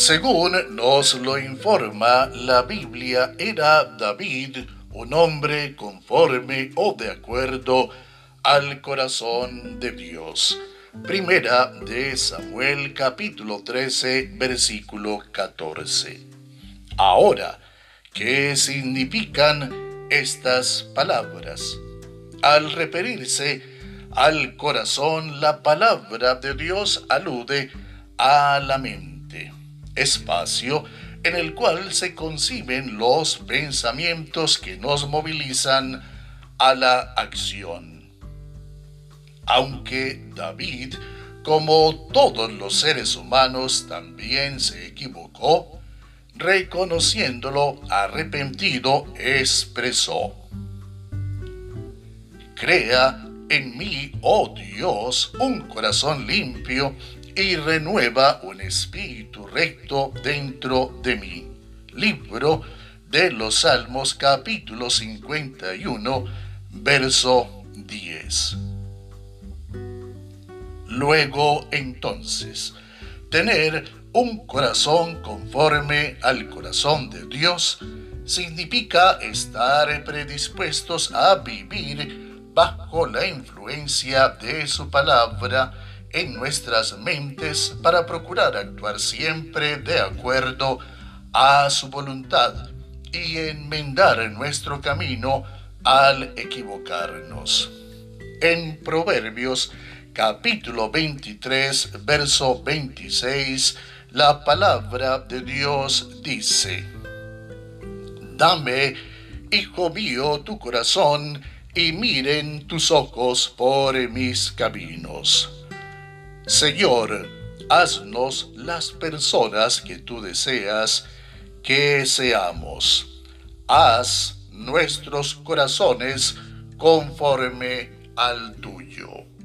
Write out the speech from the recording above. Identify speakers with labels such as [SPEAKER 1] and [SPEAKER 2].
[SPEAKER 1] Según nos lo informa la Biblia, era David un hombre conforme o de acuerdo al corazón de Dios. Primera de Samuel capítulo 13 versículo 14. Ahora, ¿qué significan estas palabras? Al referirse al corazón, la palabra de Dios alude a la mente, espacio en el cual se conciben los pensamientos que nos movilizan a la acción. Aunque David, como todos los seres humanos, también se equivocó, reconociéndolo arrepentido, expresó: Crea en mí, oh Dios, un corazón limpio y renueva un espíritu recto dentro de mí. Libro de los Salmos capítulo 51, verso 10. Luego, entonces, tener un corazón conforme al corazón de Dios significa estar predispuestos a vivir bajo la influencia de su palabra en nuestras mentes para procurar actuar siempre de acuerdo a su voluntad y enmendar nuestro camino al equivocarnos. En Proverbios capítulo 23, verso 26, la palabra de Dios dice: Dame, hijo mío, tu corazón, y miren tus ojos por mis caminos. Señor, haznos las personas que tú deseas que seamos. Haz nuestros corazones conforme al tuyo.